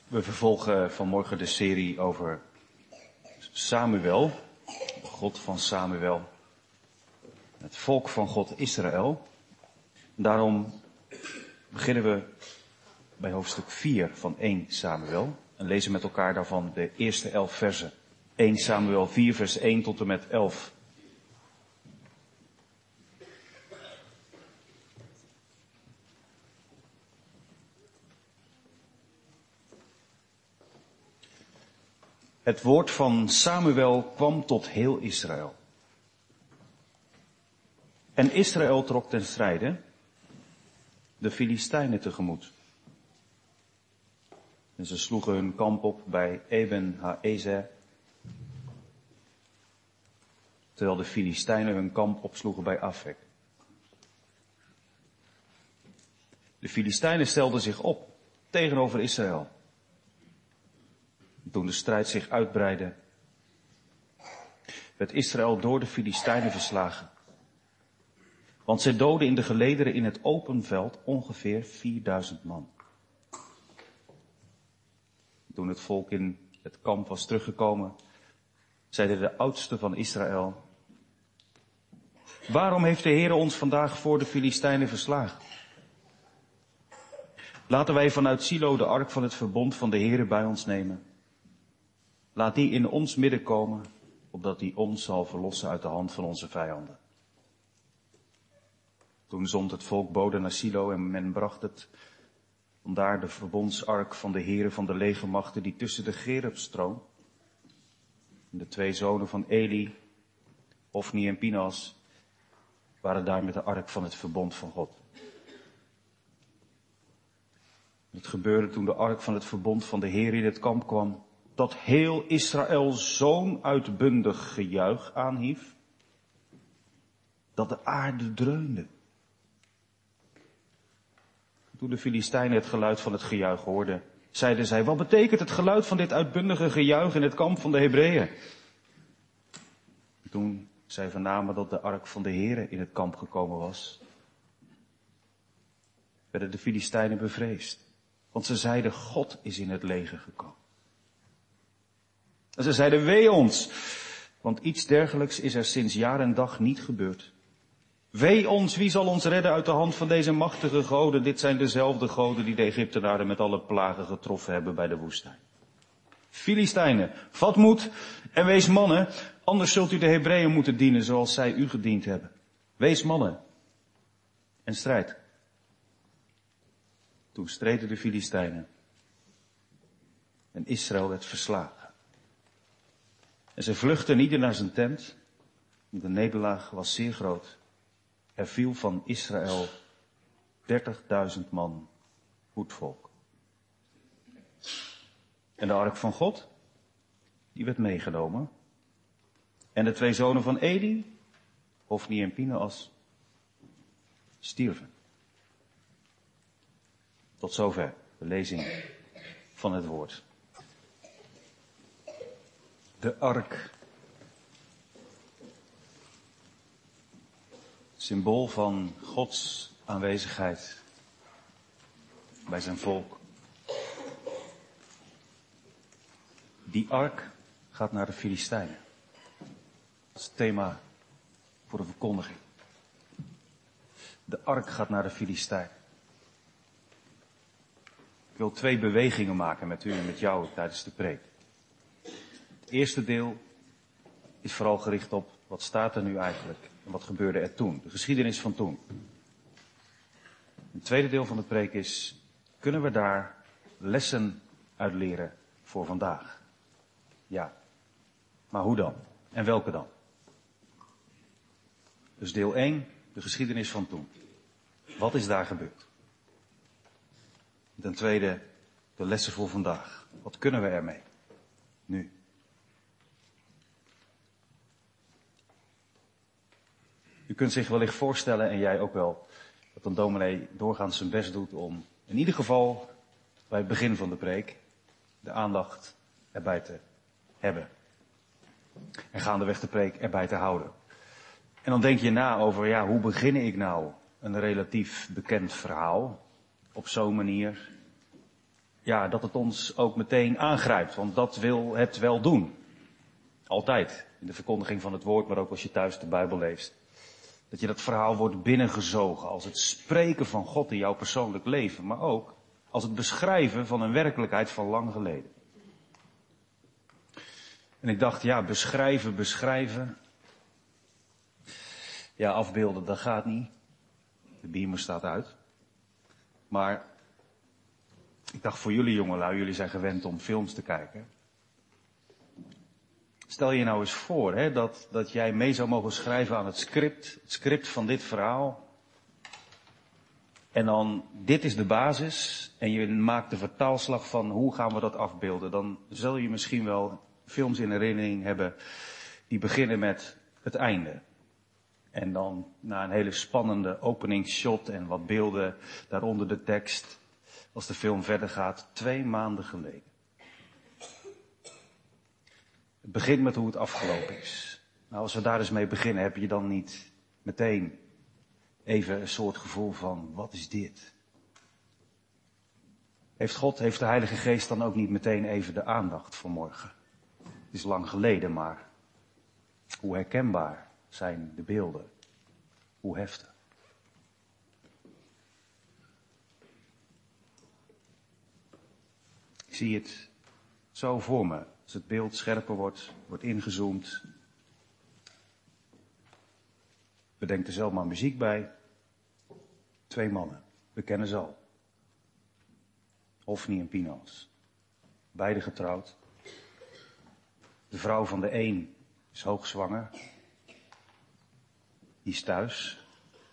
We vervolgen vanmorgen de serie over Samuel, de God van Samuel, het volk van God Israël. Daarom beginnen we bij hoofdstuk 4 van 1 Samuel en lezen met elkaar daarvan de eerste 11 versen. 1 Samuel 4 vers 1 tot en met 11. Het woord van Samuel kwam tot heel Israël. En Israël trok ten strijde de Filistijnen tegemoet. En ze sloegen hun kamp op bij Eben-Haezer, terwijl de Filistijnen hun kamp opsloegen bij Afek. De Filistijnen stelden zich op tegenover Israël. Toen de strijd zich uitbreidde, werd Israël door de Filistijnen verslagen. Want zij doodden in de gelederen in het open veld ongeveer 4000 man. Toen het volk in het kamp was teruggekomen, zeiden de oudsten van Israël: waarom heeft de Heere ons vandaag voor de Filistijnen verslagen? Laten wij vanuit Silo de ark van het verbond van de Heere bij ons nemen. Laat die in ons midden komen, opdat die ons zal verlossen uit de hand van onze vijanden. Toen zond het volk boden naar Silo en men bracht het vandaar de verbondsark van de Heere van de legermachten die tussen de Gerubstroom en de 2 zonen van Eli, Hofni en Pinas, waren daar met de ark van het verbond van God. Het gebeurde toen de ark van het verbond van de Heer in het kamp kwam, dat heel Israël zo'n uitbundig gejuich aanhief, dat de aarde dreunde. Toen de Filistijnen het geluid van het gejuich hoorden, zeiden zij: wat betekent het geluid van dit uitbundige gejuich in het kamp van de Hebreeën? Toen zij vernamen dat de ark van de Heere in het kamp gekomen was, werden de Filistijnen bevreesd. Want ze zeiden: God is in het leger gekomen. En ze zeiden: wee ons, want iets dergelijks is er sinds jaar en dag niet gebeurd. Wee ons, wie zal ons redden uit de hand van deze machtige goden? Dit zijn dezelfde goden die de Egyptenaren met alle plagen getroffen hebben bij de woestijn. Filistijnen, vat moed en wees mannen, anders zult u de Hebreeën moeten dienen zoals zij u gediend hebben. Wees mannen en strijd. Toen streden de Filistijnen en Israël werd verslagen. En ze vluchtten ieder naar zijn tent. De nederlaag was zeer groot. Er viel van Israël 30.000 man voetvolk. En de ark van God, die werd meegenomen. En de 2 zonen van Eli, Hofni en Pineas, stierven. Tot zover de lezing van het woord. De ark. Symbool van Gods aanwezigheid bij zijn volk. Die ark gaat naar de Filistijnen. Dat is het thema voor de verkondiging. De ark gaat naar de Filistijnen. Ik wil 2 bewegingen maken met u en met jou tijdens de preek. Het eerste deel is vooral gericht op wat staat er nu eigenlijk en wat gebeurde er toen. De geschiedenis van toen. Het tweede deel van de preek is: kunnen we daar lessen uit leren voor vandaag? Ja. Maar hoe dan? En welke dan? Dus deel 1, de geschiedenis van toen. Wat is daar gebeurd? Ten tweede, de lessen voor vandaag. Wat kunnen we ermee? Nu. U kunt zich wellicht voorstellen, en jij ook wel, dat een dominee doorgaans zijn best doet om in ieder geval bij het begin van de preek de aandacht erbij te hebben. En gaandeweg de preek erbij te houden. En dan denk je na over, hoe begin ik nou een relatief bekend verhaal op zo'n manier? dat het ons ook meteen aangrijpt. Want dat wil het wel doen. Altijd. In de verkondiging van het woord, maar ook als je thuis de Bijbel leest. Dat je dat verhaal wordt binnengezogen als het spreken van God in jouw persoonlijk leven. Maar ook als het beschrijven van een werkelijkheid van lang geleden. En ik dacht, beschrijven. Ja, afbeelden, dat gaat niet. De beamer staat uit. Maar ik dacht voor jullie jongelui, jullie zijn gewend om films te kijken. Stel je nou eens voor, dat jij mee zou mogen schrijven aan het script van dit verhaal. En dan, dit is de basis. En je maakt de vertaalslag van hoe gaan we dat afbeelden. Dan zul je misschien wel films in herinnering hebben die beginnen met het einde. En dan na een hele spannende openingsshot en wat beelden daaronder de tekst. Als de film verder gaat, 2 maanden geleden. Het begint met hoe het afgelopen is. Nou, als we daar eens mee beginnen, heb je dan niet meteen even een soort gevoel van, wat is dit? Heeft de Heilige Geest dan ook niet meteen even de aandacht voor morgen? Het is lang geleden, maar hoe herkenbaar zijn de beelden? Hoe heftig? Ik zie het zo voor me. Als het beeld scherper wordt ingezoomd. Bedenk er zelf maar muziek bij. 2 mannen. We kennen ze al. Hofni en Pinhas. Beide getrouwd. De vrouw van de een is hoogzwanger. Die is thuis.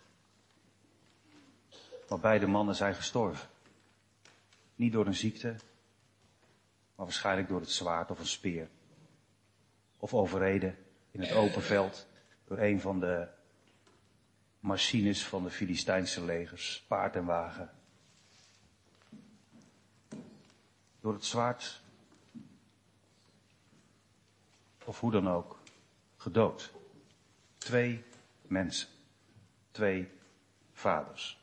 Maar beide mannen zijn gestorven. Niet door een ziekte, maar waarschijnlijk door het zwaard of een speer. Of overreden in het open veld door een van de machines van de Filistijnse legers, paard en wagen. Door het zwaard, of hoe dan ook, gedood. 2 mensen. 2 vaders.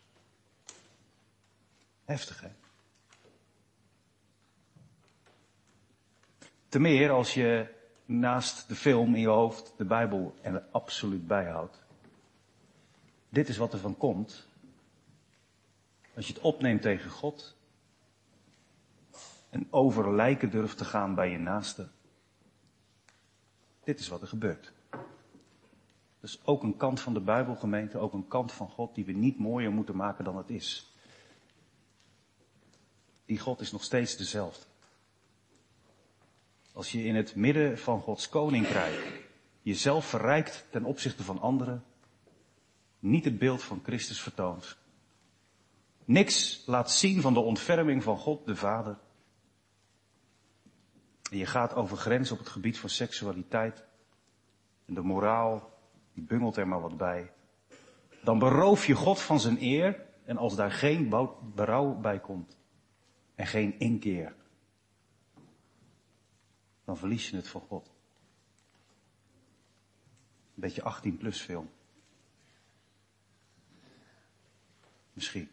Heftig, hè? Te meer als je naast de film in je hoofd de Bijbel er absoluut bij houdt. Dit is wat er van komt. Als je het opneemt tegen God. En over lijken durft te gaan bij je naaste. Dit is wat er gebeurt. Dat is ook een kant van de Bijbelgemeente, ook een kant van God die we niet mooier moeten maken dan het is. Die God is nog steeds dezelfde. Als je in het midden van Gods koninkrijk jezelf verrijkt ten opzichte van anderen, niet het beeld van Christus vertoont. Niks laat zien van de ontferming van God de Vader. En je gaat over grenzen op het gebied van seksualiteit. En de moraal, die bungelt er maar wat bij. Dan beroof je God van zijn eer. En als daar geen berouw bij komt. En geen inkeer. Dan verlies je het van God. Een beetje 18+ film. Misschien.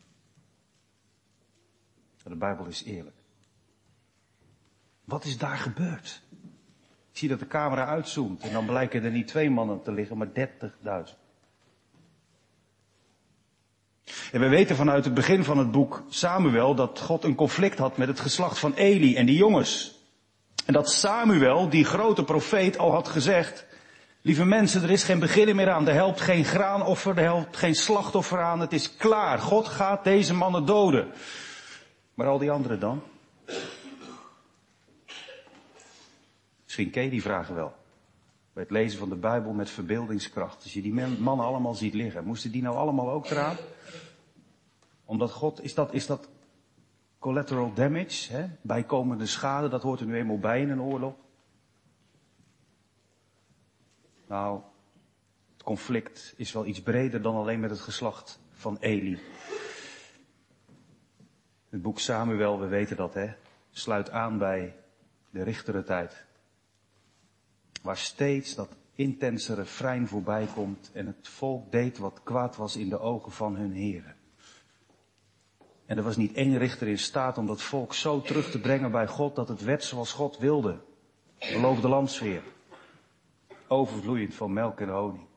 Maar de Bijbel is eerlijk. Wat is daar gebeurd? Ik zie dat de camera uitzoomt en dan blijken er niet 2 mannen te liggen, maar 30.000. En we weten vanuit het begin van het boek Samuel dat God een conflict had met het geslacht van Eli en die jongens. En dat Samuel, die grote profeet, al had gezegd, lieve mensen, er is geen beginnen meer aan, er helpt geen graanoffer, er helpt geen slachtoffer aan, het is klaar. God gaat deze mannen doden. Maar al die anderen dan? Misschien ken je die vragen wel. Bij het lezen van de Bijbel met verbeeldingskracht. Als je die mannen allemaal ziet liggen, moesten die nou allemaal ook eraan? Omdat God, is dat collateral damage, hè? Bijkomende schade, dat hoort er nu eenmaal bij in een oorlog. Nou, het conflict is wel iets breder dan alleen met het geslacht van Eli. Het boek Samuel, we weten dat, hè, sluit aan bij de richterentijd. Waar steeds dat intense refrein voorbij komt en het volk deed wat kwaad was in de ogen van hun heren. En er was niet één richter in staat om dat volk zo terug te brengen bij God dat het werd zoals God wilde. Beloofde landsfeer. Overvloeiend van melk en honing.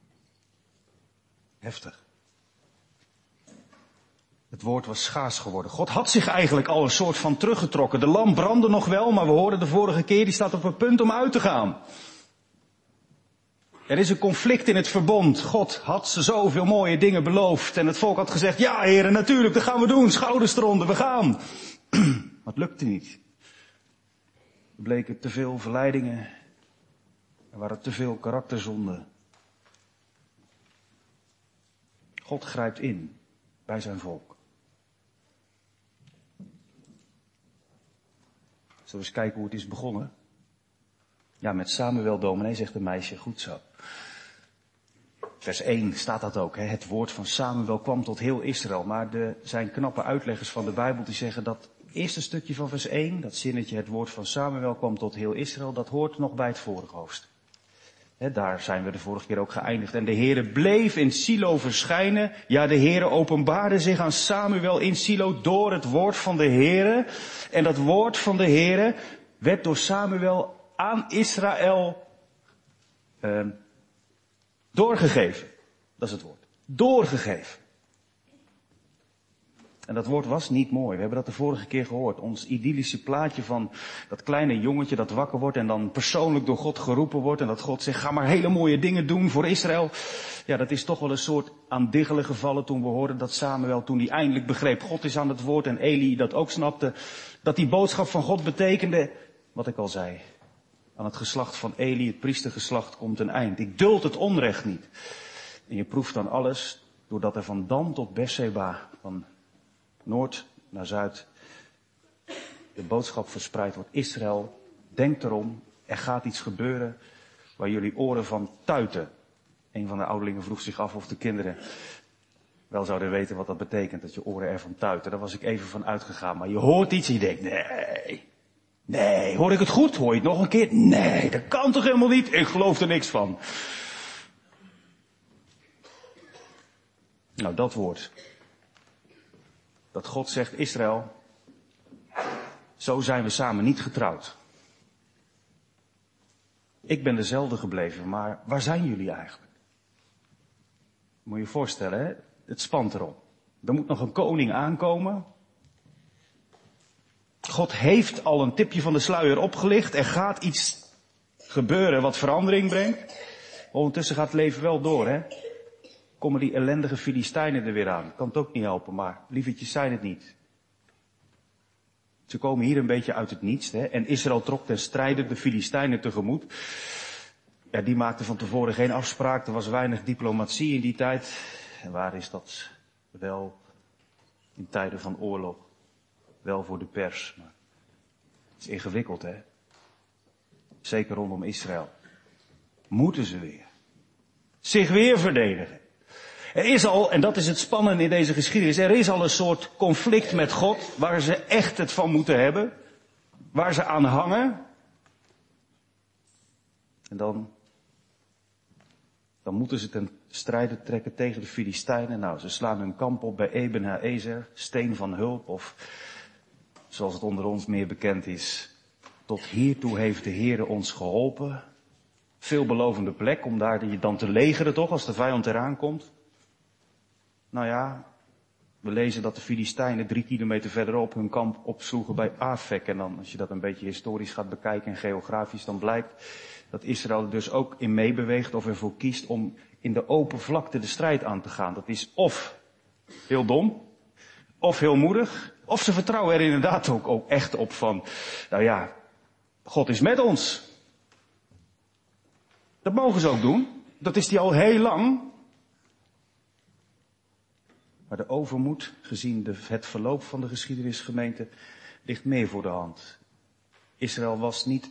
Heftig. Het woord was schaars geworden. God had zich eigenlijk al een soort van teruggetrokken. De lamp brandde nog wel, maar we hoorden de vorige keer, die staat op het punt om uit te gaan. Er is een conflict in het verbond. God had ze zoveel mooie dingen beloofd. En het volk had gezegd, ja heren, natuurlijk, dat gaan we doen. Schouders eronder, we gaan. Maar het lukte niet. Er bleken te veel verleidingen. Er waren te veel karakterzonden. God grijpt in bij zijn volk. Zullen we eens kijken hoe het is begonnen? Ja, met Samuel dominee, zegt de meisje, goed zo. Vers 1 staat dat ook, hè? Het woord van Samuel kwam tot heel Israël. Maar er zijn knappe uitleggers van de Bijbel die zeggen dat eerste stukje van vers 1, dat zinnetje, het woord van Samuel kwam tot heel Israël, dat hoort nog bij het vorige hoofdstuk. Daar zijn we de vorige keer ook geëindigd. En de Heere bleef in Silo verschijnen. Ja, de Heere openbaarde zich aan Samuel in Silo door het woord van de Heere. En dat woord van de Heere werd door Samuel aan Israël doorgegeven. Dat is het woord. Doorgegeven. En dat woord was niet mooi. We hebben dat de vorige keer gehoord. Ons idyllische plaatje van dat kleine jongetje dat wakker wordt en dan persoonlijk door God geroepen wordt. En dat God zegt, ga maar hele mooie dingen doen voor Israël. Ja, dat is toch wel een soort aan diggelen gevallen toen we hoorden dat Samuel, toen hij eindelijk begreep, God is aan het woord en Eli dat ook snapte. Dat die boodschap van God betekende, wat ik al zei, aan het geslacht van Eli, het priestergeslacht, komt een eind. Ik duld het onrecht niet. En je proeft dan alles, doordat er van Dan tot Beersheba, van noord naar zuid, de boodschap verspreid wordt. Israël, denk erom, er gaat iets gebeuren waar jullie oren van tuiten. Een van de ouderlingen vroeg zich af of de kinderen wel zouden weten wat dat betekent, dat je oren ervan tuiten. Daar was ik even van uitgegaan. Maar je hoort iets en je denkt, nee, hoor ik het goed? Hoor je het nog een keer? Nee, dat kan toch helemaal niet? Ik geloof er niks van. Nou, dat woord. Dat God zegt, Israël, zo zijn we samen niet getrouwd. Ik ben dezelfde gebleven, maar waar zijn jullie eigenlijk? Moet je je voorstellen, hè? Het spant erop. Er moet nog een koning aankomen. God heeft al een tipje van de sluier opgelicht. Er gaat iets gebeuren wat verandering brengt. Ondertussen gaat het leven wel door, hè? Komen die ellendige Filistijnen er weer aan. Kan het ook niet helpen, maar lievertjes zijn het niet. Ze komen hier een beetje uit het niets, hè? En Israël trok ten strijde de Filistijnen tegemoet. Ja, die maakten van tevoren geen afspraak. Er was weinig diplomatie in die tijd. En waar is dat wel in tijden van oorlog? Wel voor de pers, maar het is ingewikkeld, hè? Zeker rondom Israël. Moeten ze weer zich weer verdedigen. Er is al, en dat is het spannende in deze geschiedenis, er is al een soort conflict met God, waar ze echt het van moeten hebben, waar ze aan hangen. En dan moeten ze ten strijde trekken tegen de Filistijnen. Nou, ze slaan hun kamp op bij Eben Haezer, steen van hulp, of zoals het onder ons meer bekend is, tot hiertoe heeft de Heere ons geholpen. Veelbelovende plek om daar je dan te legeren toch, als de vijand eraan komt. Nou ja, we lezen dat de Filistijnen 3 kilometer verderop hun kamp opsloegen bij Afek. En dan, als je dat een beetje historisch gaat bekijken en geografisch, dan blijkt dat Israël er dus ook in meebeweegt of ervoor kiest om in de open vlakte de strijd aan te gaan. Dat is of heel dom, of heel moedig, of ze vertrouwen er inderdaad ook echt op van, nou ja, God is met ons. Dat mogen ze ook doen. Dat is die al heel lang. Maar de overmoed, gezien het verloop van de geschiedenisgemeente, ligt meer voor de hand. Israël was niet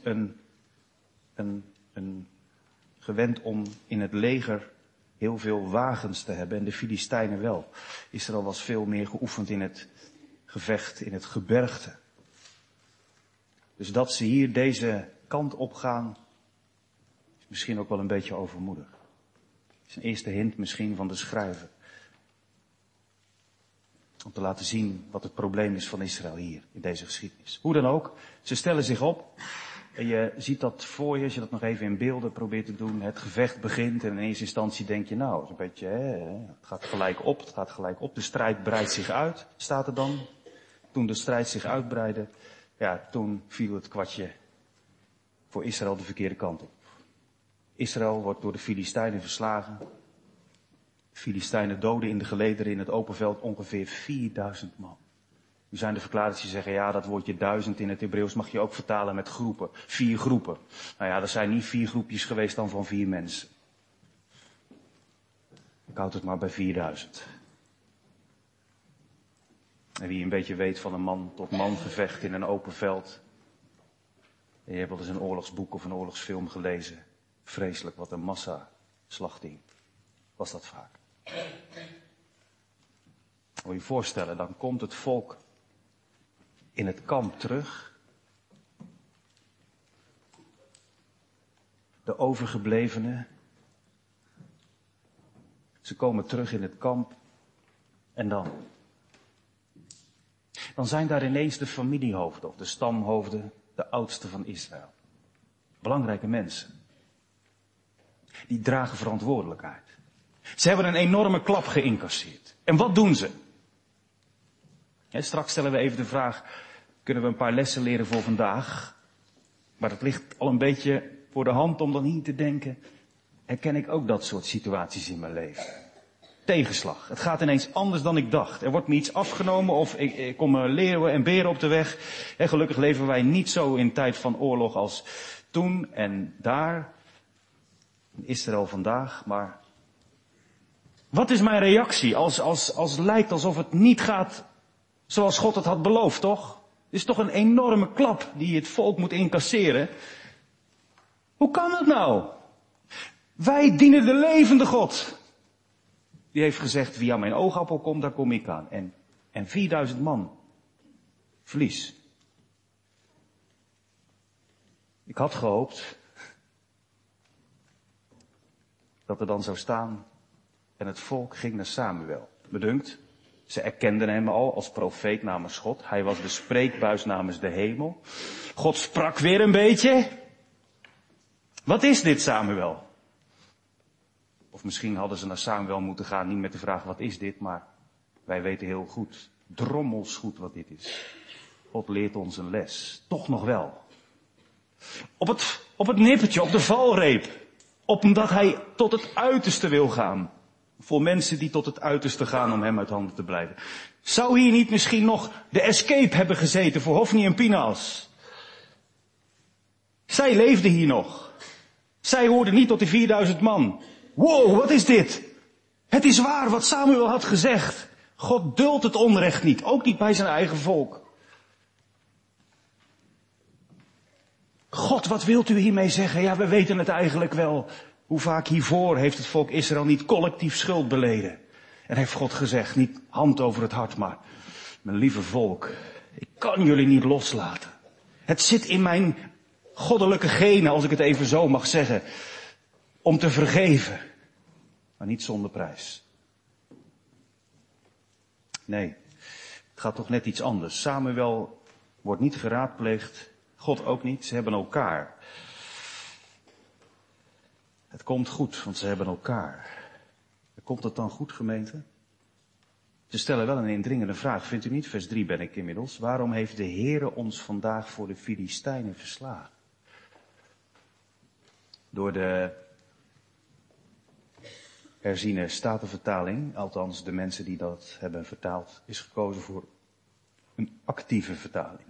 een gewend om in het leger heel veel wagens te hebben en de Filistijnen wel. Israël was veel meer geoefend in het gevecht, in het gebergte. Dus dat ze hier deze kant op gaan, is misschien ook wel een beetje overmoedig. Dat is een eerste hint misschien van de schrijver. Om te laten zien wat het probleem is van Israël hier, in deze geschiedenis. Hoe dan ook, ze stellen zich op. En je ziet dat voor je, als je dat nog even in beelden probeert te doen. Het gevecht begint en in eerste instantie denk je, nou, is een beetje, het gaat gelijk op. De strijd breidt zich uit, staat er dan. Toen de strijd zich uitbreidde, ja, toen viel het kwartje voor Israël de verkeerde kant op. Israël wordt door de Filistijnen verslagen. De Filistijnen doden in de gelederen in het open veld ongeveer 4000 man. Nu zijn de verklaarders die zeggen, ja, dat woordje 1000 in het Hebreeuws mag je ook vertalen met groepen. 4 groepen. Nou ja, er zijn niet 4 groepjes geweest dan van 4 mensen. Ik houd het maar bij 4000. En wie een beetje weet van een man tot man gevecht in een open veld. En je hebt wel eens een oorlogsboek of een oorlogsfilm gelezen. Vreselijk, wat een massaslachting was dat vaak. Moet je je voorstellen, dan komt het volk in het kamp terug. De overgeblevenen. Ze komen terug in het kamp. En dan? Dan zijn daar ineens de familiehoofden of de stamhoofden, de oudsten van Israël. Belangrijke mensen. Die dragen verantwoordelijkheid. Ze hebben een enorme klap geïncasseerd. En wat doen ze? Straks stellen we even de vraag, kunnen we een paar lessen leren voor vandaag? Maar het ligt al een beetje voor de hand om dan hier te denken. Herken ik ook dat soort situaties in mijn leven? Tegenslag. Het gaat ineens anders dan ik dacht. Er wordt me iets afgenomen of ik kom leeuwen en beren op de weg. En gelukkig leven wij niet zo in tijd van oorlog als toen en daar. In Israël vandaag, maar wat is mijn reactie als het lijkt alsof het niet gaat zoals God het had beloofd, toch? Het is toch een enorme klap die het volk moet incasseren. Hoe kan dat nou? Wij dienen de levende God. Die heeft gezegd, wie aan mijn oogappel komt, daar kom ik aan. En 4000 man. Verlies. Ik had gehoopt dat er dan zou staan en het volk ging naar Samuel. Bedunkt, ze erkenden hem al als profeet namens God. Hij was de spreekbuis namens de hemel. God sprak weer een beetje. Wat is dit, Samuel? Of misschien hadden ze naar Samuel moeten gaan, niet met de vraag wat is dit, maar wij weten heel goed, drommels goed wat dit is. God leert ons een les. Toch nog wel. Op het nippertje, op de valreep. Omdat hij tot het uiterste wil gaan. Voor mensen die tot het uiterste gaan om hem uit handen te blijven. Zou hier niet misschien nog de escape hebben gezeten voor Hofni en Pinhas? Zij leefden hier nog. Zij hoorden niet tot die 4000 man. Wow, wat is dit? Het is waar wat Samuel had gezegd. God duldt het onrecht niet, ook niet bij zijn eigen volk. God, wat wilt u hiermee zeggen? Ja, we weten het eigenlijk wel. Hoe vaak hiervoor heeft het volk Israël niet collectief schuld beleden? En heeft God gezegd, niet hand over het hart, maar mijn lieve volk, ik kan jullie niet loslaten. Het zit in mijn goddelijke genen, als ik het even zo mag zeggen, om te vergeven, maar niet zonder prijs. Nee, het gaat toch net iets anders. Samuel wordt niet geraadpleegd, God ook niet, ze hebben elkaar. Het komt goed, want ze hebben elkaar. Komt het dan goed, gemeente? Ze stellen wel een indringende vraag, vindt u niet? Vers 3 ben ik inmiddels. Waarom heeft de Heere ons vandaag voor de Filistijnen verslagen? Door de herziene statenvertaling, althans de mensen die dat hebben vertaald, is gekozen voor een actieve vertaling.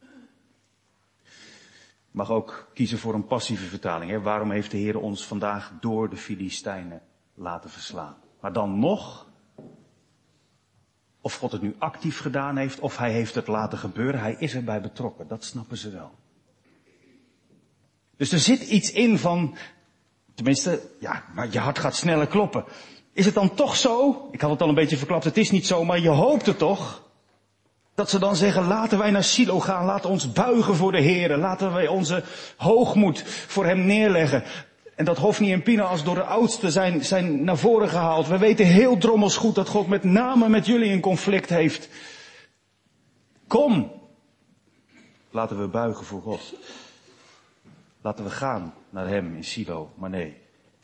Mag ook kiezen voor een passieve vertaling. Hè? Waarom heeft de Heer ons vandaag door de Filistijnen laten verslaan? Maar dan nog, of God het nu actief gedaan heeft, of hij heeft het laten gebeuren, hij is erbij betrokken. Dat snappen ze wel. Dus er zit iets in van, tenminste, ja, maar je hart gaat sneller kloppen. Is het dan toch zo? Ik had het al een beetje verklapt, het is niet zo, maar je hoopt het toch? Dat ze dan zeggen, laten wij naar Silo gaan, laten ons buigen voor de Heere, laten wij onze hoogmoed voor hem neerleggen. En dat Hofni en Pinhas door de oudsten zijn naar voren gehaald. We weten heel drommels goed dat God met name met jullie een conflict heeft. Kom. Laten we buigen voor God. Laten we gaan naar hem in Silo. Maar nee.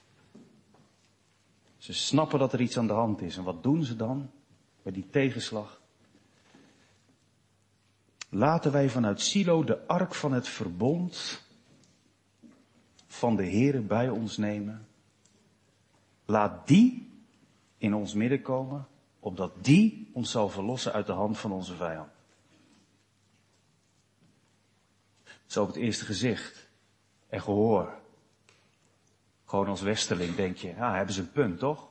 Ze snappen dat er iets aan de hand is. En wat doen ze dan bij die tegenslag? Laten wij vanuit Silo de ark van het verbond van de Heere bij ons nemen. Laat die in ons midden komen, opdat die ons zal verlossen uit de hand van onze vijand. Zo op het eerste gezicht en gehoor. Gewoon als westerling denk je, ja, hebben ze een punt, toch?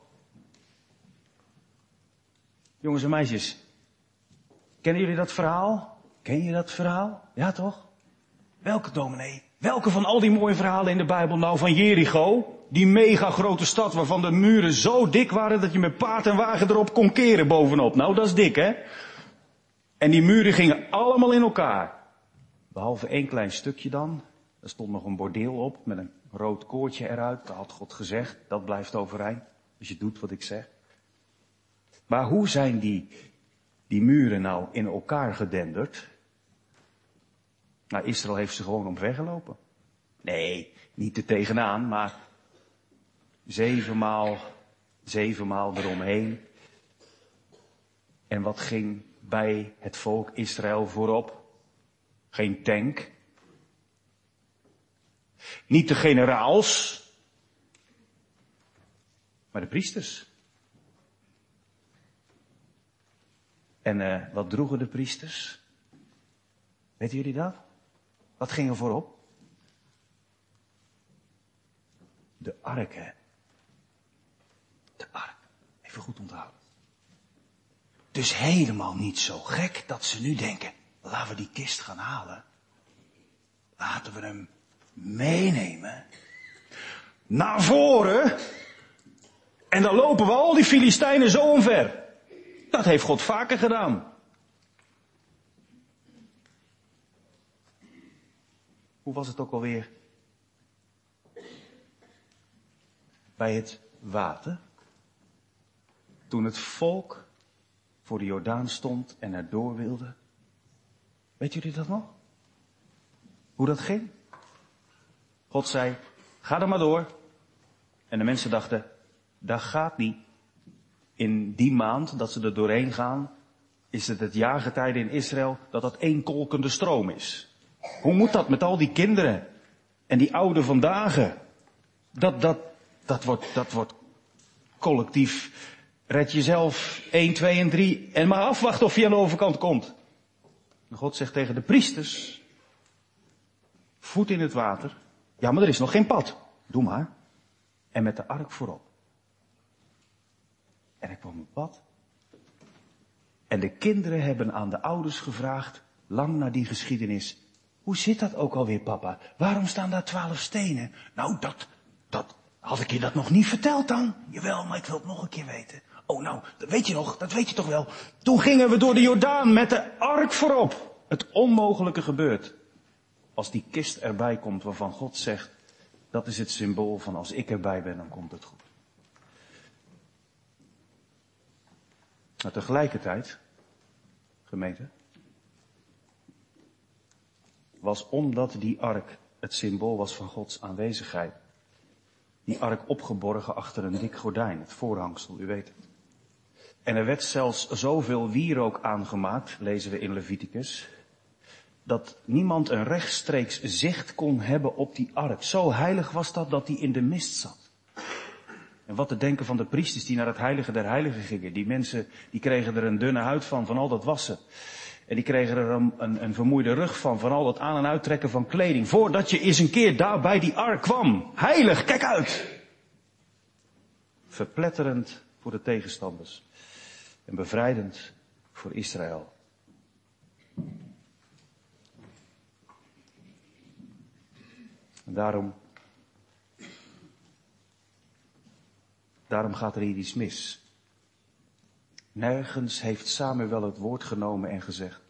Jongens en meisjes, kennen jullie dat verhaal? Ken je dat verhaal? Ja, toch? Welke dominee? Welke van al die mooie verhalen in de Bijbel nou van Jericho? Die mega grote stad waarvan de muren zo dik waren dat je met paard en wagen erop kon keren bovenop. Nou, dat is dik, hè? En die muren gingen allemaal in elkaar. Behalve één klein stukje dan. Er stond nog een bordeel op met een rood koordje eruit. Dat had God gezegd, dat blijft overeind. Als je doet wat ik zeg. Maar hoe zijn die muren nou in elkaar gedenderd? Nou, Israël heeft ze gewoon omvergelopen. Nee, niet er tegenaan, maar 7 maal eromheen. En wat ging bij het volk Israël voorop? Geen tank. Niet de generaals, maar de priesters. En wat droegen de priesters? Weten jullie dat? Wat ging er voorop? De ark, hè? De ark. Even goed onthouden. Dus helemaal niet zo gek dat ze nu denken, laten we die kist gaan halen. Laten we hem meenemen. Naar voren. En dan lopen we al die Filistijnen zo omver. Dat heeft God vaker gedaan. Hoe was het ook alweer? Bij het water. Toen het volk voor de Jordaan stond en erdoor wilde. Weet jullie dat nog? Hoe dat ging? God zei, ga er maar door. En de mensen dachten, dat gaat niet. In die maand dat ze er doorheen gaan, is het jaargetijde in Israël dat één kolkende stroom is. Hoe moet dat met al die kinderen en die ouden vandaag? Dat wordt collectief. Red jezelf 1, 2 en 3 en maar afwachten of je aan de overkant komt. En God zegt tegen de priesters, voet in het water. Ja, maar er is nog geen pad. Doe maar. En met de ark voorop. En er kwam een pad. En de kinderen hebben aan de ouders gevraagd, lang na die geschiedenis, hoe zit dat ook alweer, papa? Waarom staan daar 12 stenen? Nou, dat had ik je dat nog niet verteld dan? Jawel, maar ik wil het nog een keer weten. Oh, nou, dat weet je nog, dat weet je toch wel. Toen gingen we door de Jordaan met de ark voorop. Het onmogelijke gebeurt. Als die kist erbij komt waarvan God zegt, dat is het symbool van als ik erbij ben, dan komt het goed. Maar tegelijkertijd, gemeente, was omdat die ark het symbool was van Gods aanwezigheid, die ark opgeborgen achter een dik gordijn, het voorhangsel, u weet het. En er werd zelfs zoveel wierook aangemaakt, lezen we in Leviticus, dat niemand een rechtstreeks zicht kon hebben op die ark. Zo heilig was dat die in de mist zat. En wat te denken van de priesters die naar het heilige der heiligen gingen. Die mensen, die kregen er een dunne huid van al dat wassen. En die kregen er een vermoeide rug van al dat aan- en uittrekken van kleding. Voordat je eens een keer daar bij die ark kwam. Heilig, kijk uit! Verpletterend voor de tegenstanders. En bevrijdend voor Israël. En daarom gaat er hier iets mis. Nergens heeft Samuel het woord genomen en gezegd,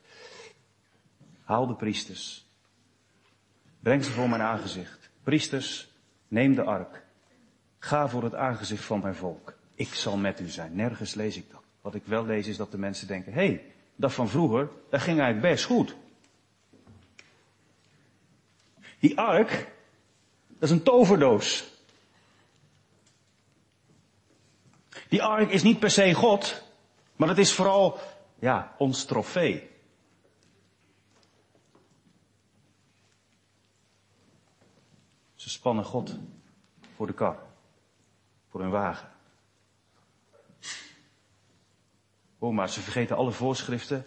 haal de priesters. Breng ze voor mijn aangezicht. Priesters, Neem de ark. Ga voor het aangezicht van mijn volk. Ik zal met u zijn. Nergens lees ik dat. Wat ik wel lees is dat de mensen denken, hé, dat van vroeger, dat ging eigenlijk best goed. Die ark, dat is een toverdoos. Die ark is niet per se God, maar het is vooral, ja, ons trofee. Ze spannen God voor de kar, voor hun wagen. Oh, maar ze vergeten alle voorschriften.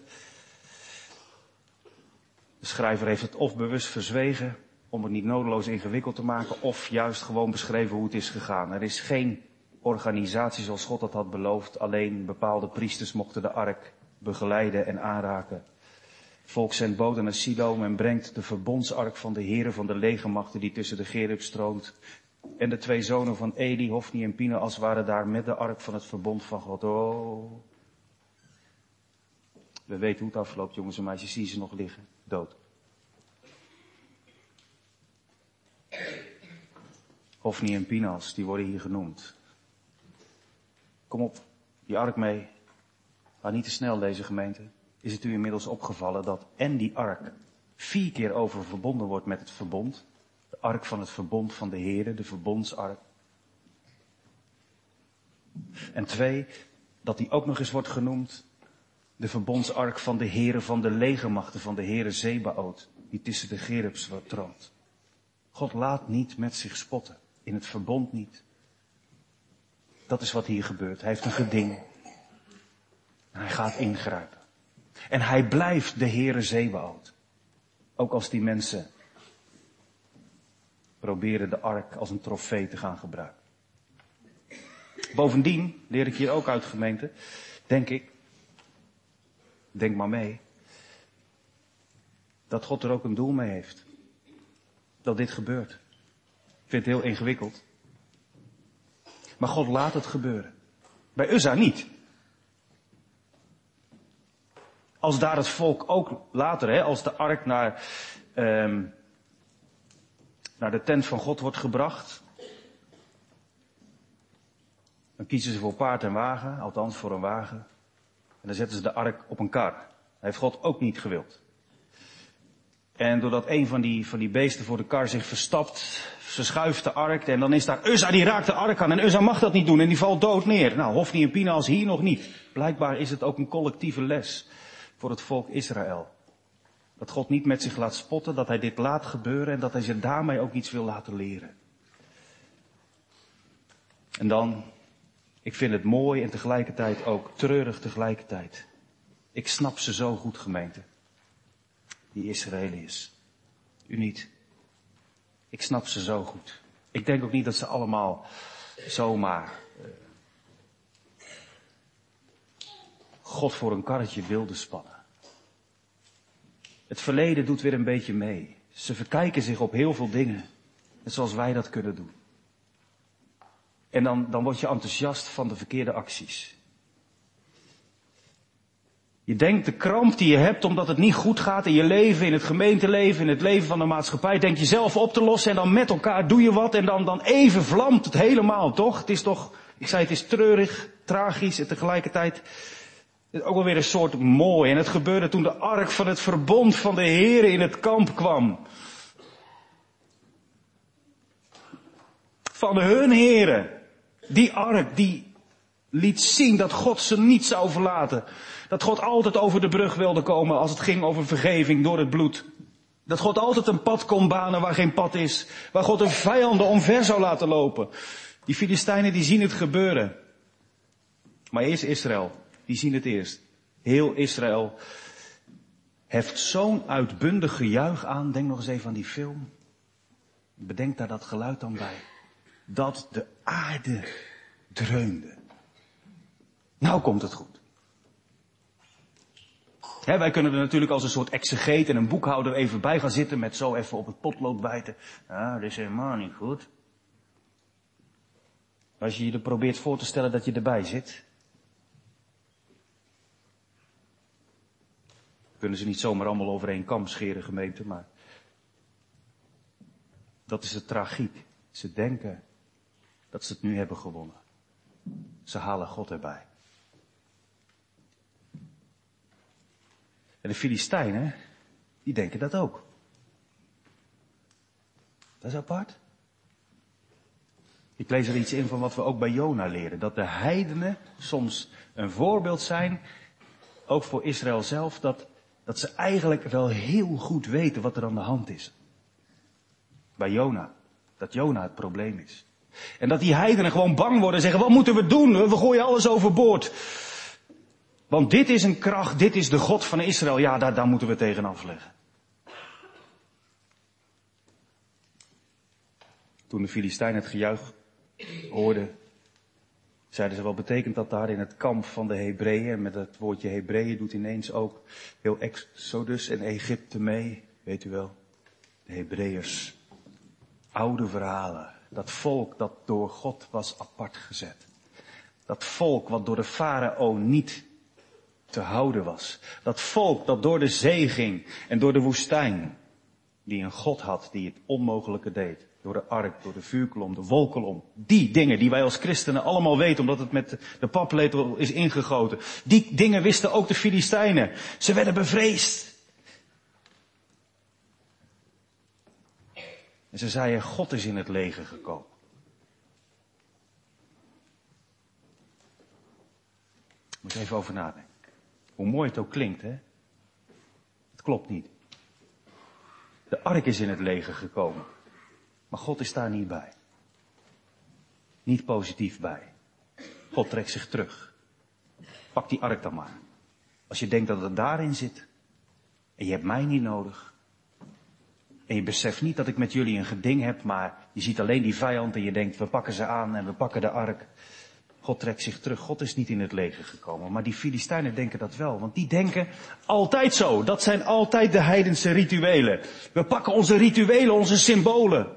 De schrijver heeft het of bewust verzwegen om het niet nodeloos ingewikkeld te maken, of juist gewoon beschreven hoe het is gegaan. Er is geen organisatie zoals God dat had beloofd. Alleen bepaalde priesters mochten de ark begeleiden en aanraken. Het volk zendt boden naar Silo en brengt de verbondsark van de Heere van de legermachten die tussen de Gerub stroomt. En de 2 zonen van Eli, Hofni en Pinehas waren daar met de ark van het verbond van God. Oh. We weten hoe het afloopt, jongens en meisjes. Zien ze nog liggen, dood. Hofni en Pinehas, die worden hier genoemd. Kom op, die ark mee. Maar niet te snel, deze gemeente. Is het u inmiddels opgevallen dat en die ark 4 keer over verbonden wordt met het verbond? De ark van het verbond van de Heere, de verbondsark. En 2, dat die ook nog eens wordt genoemd de verbondsark van de Heere van de legermachten, van de Heere Zebaoth, die tussen de Gerubs troont. God laat niet met zich spotten, in het verbond niet. Dat is wat hier gebeurt. Hij heeft een geding. En hij gaat ingrijpen. En hij blijft de Heere Zebaoth. Ook als die mensen proberen de ark als een trofee te gaan gebruiken. Bovendien leer ik hier ook uit, gemeente, denk ik, denk maar mee, dat God er ook een doel mee heeft. Dat dit gebeurt. Ik vind het heel ingewikkeld. Maar God laat het gebeuren. Bij Uzza niet. Als daar het volk ook later, als de ark naar de tent van God wordt gebracht, dan kiezen ze voor paard en wagen, althans voor een wagen. En dan zetten ze de ark op een kar. Dat heeft God ook niet gewild. En doordat een van die beesten voor de kar zich verstapt, ze schuift de ark en dan is daar Uzza, die raakt de ark aan. En Uzza mag dat niet doen en die valt dood neer. Nou, Hofni en Pinehas hier nog niet. Blijkbaar is het ook een collectieve les voor het volk Israël. Dat God niet met zich laat spotten, dat hij dit laat gebeuren en dat hij ze daarmee ook iets wil laten leren. En dan, ik vind het mooi en tegelijkertijd ook treurig tegelijkertijd. Ik snap ze zo goed, gemeente. Die Israëliërs. U niet. Ik snap ze zo goed. Ik denk ook niet dat ze allemaal zomaar God voor een karretje wilden spannen. Het verleden doet weer een beetje mee. Ze verkijken zich op heel veel dingen. Net zoals wij dat kunnen doen. En dan word je enthousiast van de verkeerde acties. Je denkt de kramp die je hebt omdat het niet goed gaat in je leven, in het gemeenteleven, in het leven van de maatschappij, denk je zelf op te lossen en dan met elkaar doe je wat en dan even vlamt het helemaal, toch? Het is toch, ik zei het is treurig, tragisch en tegelijkertijd ook wel weer een soort mooi. En het gebeurde toen de ark van het verbond van de Heere in het kamp kwam. Van hun Heere. Die ark die liet zien dat God ze niet zou verlaten. Dat God altijd over de brug wilde komen als het ging over vergeving door het bloed. Dat God altijd een pad kon banen waar geen pad is. Waar God hun vijanden omver zou laten lopen. Die Filistijnen die zien het gebeuren. Maar eerst Israël. Die zien het eerst. Heel Israël heft zo'n uitbundig gejuich aan. Denk nog eens even aan die film. Bedenk daar dat geluid dan bij. Dat de aarde dreunde. Nou komt het goed. Wij kunnen er natuurlijk als een soort exegeet en een boekhouder even bij gaan zitten met zo even op het potlood bijten. Ja, dat is helemaal niet goed. Als je je er probeert voor te stellen dat je erbij zit. Kunnen ze niet zomaar allemaal over één kam scheren, gemeente, maar dat is de tragiek. Ze denken dat ze het nu hebben gewonnen. Ze halen God erbij. En de Filistijnen, die denken dat ook. Dat is apart. Ik lees er iets in van wat we ook bij Jona leren. Dat de heidenen soms een voorbeeld zijn, ook voor Israël zelf, dat ze eigenlijk wel heel goed weten wat er aan de hand is. Bij Jona. Dat Jona het probleem is. En dat die heidenen gewoon bang worden en zeggen, wat moeten we doen? We gooien alles overboord. Want dit is een kracht, dit is de God van Israël. Ja, daar moeten we tegen afleggen. Toen de Filistijnen het gejuich hoorden, zeiden ze, wat betekent dat daar in het kamp van de Hebreeën? En met het woordje Hebreeën doet ineens ook heel Exodus en Egypte mee. Weet u wel, de Hebreeërs. Oude verhalen. Dat volk dat door God was apart gezet. Dat volk wat door de farao niet te houden was. Dat volk dat door de zee ging en door de woestijn. Die een God had die het onmogelijke deed. Door de ark, door de vuurkolom, de wolkolom. Die dingen die wij als christenen allemaal weten omdat het met de paplepel is ingegoten. Die dingen wisten ook de Filistijnen. Ze werden bevreesd. En ze zeiden, God is in het leger gekomen. Moet je even over nadenken. Hoe mooi het ook klinkt, hè? Het klopt niet. De ark is in het leger gekomen. Maar God is daar niet bij. Niet positief bij. God trekt zich terug. Pak die ark dan maar. Als je denkt dat het daarin zit. En je hebt mij niet nodig. En je beseft niet dat ik met jullie een geding heb, maar je ziet alleen die vijand en je denkt, we pakken ze aan en we pakken de ark. God trekt zich terug. God is niet in het leger gekomen. Maar die Filistijnen denken dat wel. Want die denken altijd zo. Dat zijn altijd de heidense rituelen. We pakken onze rituelen, onze symbolen.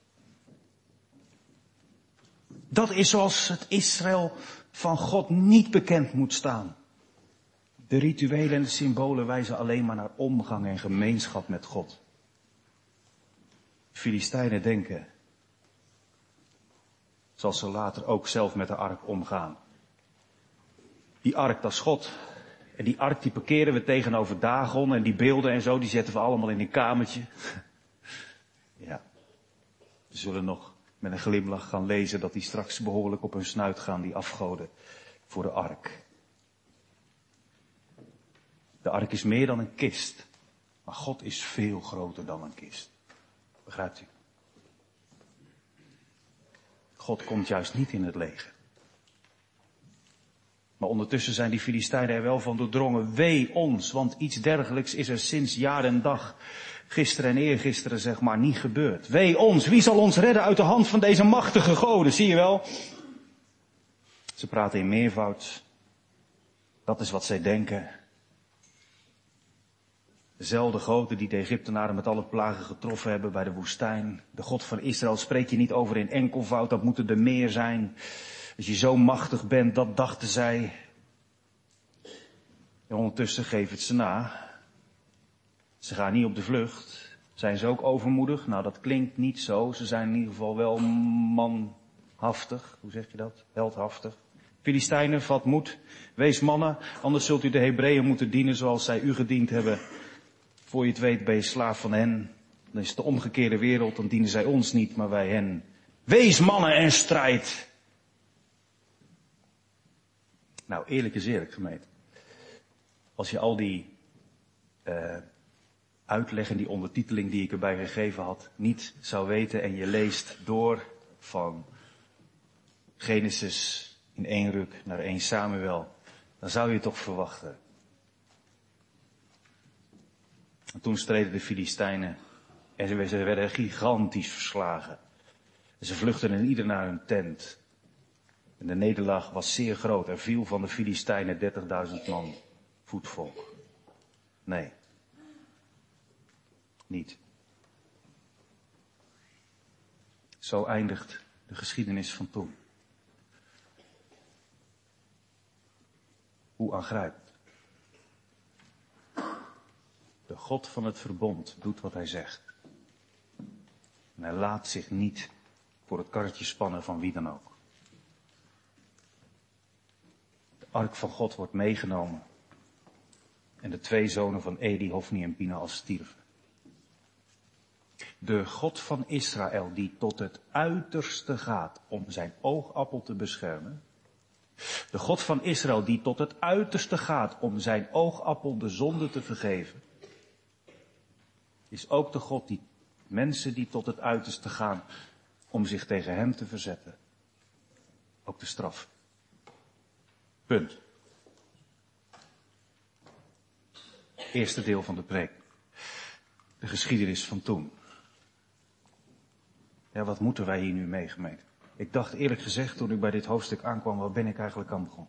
Dat is zoals het Israël van God niet bekend moet staan. De rituelen en de symbolen wijzen alleen maar naar omgang en gemeenschap met God. Filistijnen denken, zoals ze later ook zelf met de ark omgaan. Die ark, dat is God. En die ark die parkeren we tegenover Dagon en die beelden en zo, die zetten we allemaal in een kamertje. Ja, we zullen nog met een glimlach gaan lezen dat die straks behoorlijk op hun snuit gaan, die afgoden, voor de ark. De ark is meer dan een kist, maar God is veel groter dan een kist. Begrijpt u? God komt juist niet in het leger. Maar ondertussen zijn die Filistijnen er wel van doordrongen. Wee ons, want iets dergelijks is er sinds jaar en dag, gisteren en eergisteren zeg maar, niet gebeurd. Wee ons, wie zal ons redden uit de hand van deze machtige goden? Zie je wel? Ze praten in meervoud. Dat is wat zij denken. Dezelfde goden die de Egyptenaren met alle plagen getroffen hebben bij de woestijn. De God van Israël spreek je niet over in enkelvoud, dat moeten er meer zijn. Als je zo machtig bent, dat dachten zij. En ondertussen geef het ze na. Ze gaan niet op de vlucht. Zijn ze ook overmoedig? Nou, dat klinkt niet zo. Ze zijn in ieder geval wel manhaftig. Hoe zeg je dat? Heldhaftig. Filistijnen, vat moed. Wees mannen, anders zult u de Hebreeën moeten dienen zoals zij u gediend hebben. Voor je het weet ben je slaaf van hen. Dan is het de omgekeerde wereld, dan dienen zij ons niet, maar wij hen. Wees mannen en strijd. Nou, eerlijk is eerlijk, gemeente. Als je al die uitleg en die ondertiteling die ik erbij gegeven had, niet zou weten en je leest door van Genesis in 1 ruk naar 1 Samuel, dan zou je toch verwachten. En toen streden de Filistijnen en ze werden gigantisch verslagen. En ze vluchtten in ieder naar hun tent. En de nederlaag was zeer groot. Er viel van de Filistijnen 30.000 man voetvolk. Nee. Niet. Zo eindigt de geschiedenis van toen. Hoe aangrijpend. De God van het verbond doet wat hij zegt. En hij laat zich niet voor het karretje spannen van wie dan ook. De ark van God wordt meegenomen. En de 2 zonen van Eli, Hofni en Pinehas stierven. De God van Israël die tot het uiterste gaat om zijn oogappel te beschermen. De God van Israël die tot het uiterste gaat om zijn oogappel de zonde te vergeven. Is ook de God die mensen die tot het uiterste gaan om zich tegen hem te verzetten. Ook de straf. Punt. Eerste deel van de preek. De geschiedenis van toen. Ja, wat moeten wij hier nu mee, gemeente? Ik dacht eerlijk gezegd, toen ik bij dit hoofdstuk aankwam, waar ben ik eigenlijk aan begonnen?